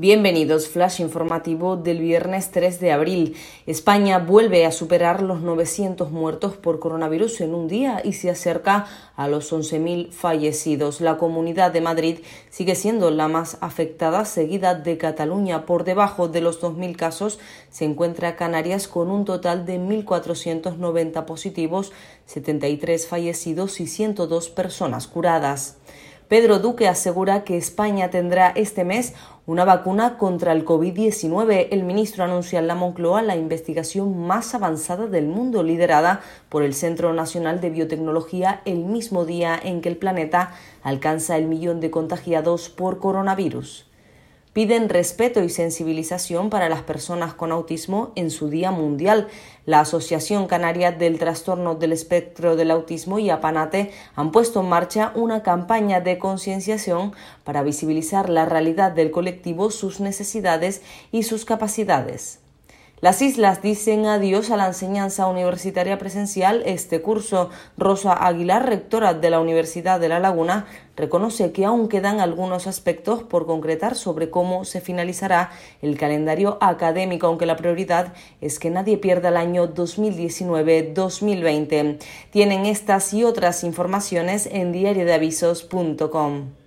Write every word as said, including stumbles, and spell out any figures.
Bienvenidos, flash informativo del viernes tres de abril. España vuelve a superar los novecientos muertos por coronavirus en un día y se acerca a los once mil fallecidos. La Comunidad de Madrid sigue siendo la más afectada, seguida de Cataluña. Por debajo de los dos mil casos se encuentra Canarias con un total de mil cuatrocientos noventa positivos, setenta y tres fallecidos y ciento dos personas curadas. Pedro Duque asegura que España tendrá este mes una vacuna contra el COVID diecinueve. El ministro anuncia en la Moncloa la investigación más avanzada del mundo, liderada por el Centro Nacional de Biotecnología, el mismo día en que el planeta alcanza el millón de contagiados por coronavirus. Piden respeto y sensibilización para las personas con autismo en su Día Mundial. La Asociación Canaria del Trastorno del Espectro del Autismo y APANATE han puesto en marcha una campaña de concienciación para visibilizar la realidad del colectivo, sus necesidades y sus capacidades. Las islas dicen adiós a la enseñanza universitaria presencial este curso. Rosa Aguilar, rectora de la Universidad de La Laguna, reconoce que aún quedan algunos aspectos por concretar sobre cómo se finalizará el calendario académico, aunque la prioridad es que nadie pierda el año dos mil diecinueve dos mil veinte. Tienen estas y otras informaciones en diario de avisos punto com.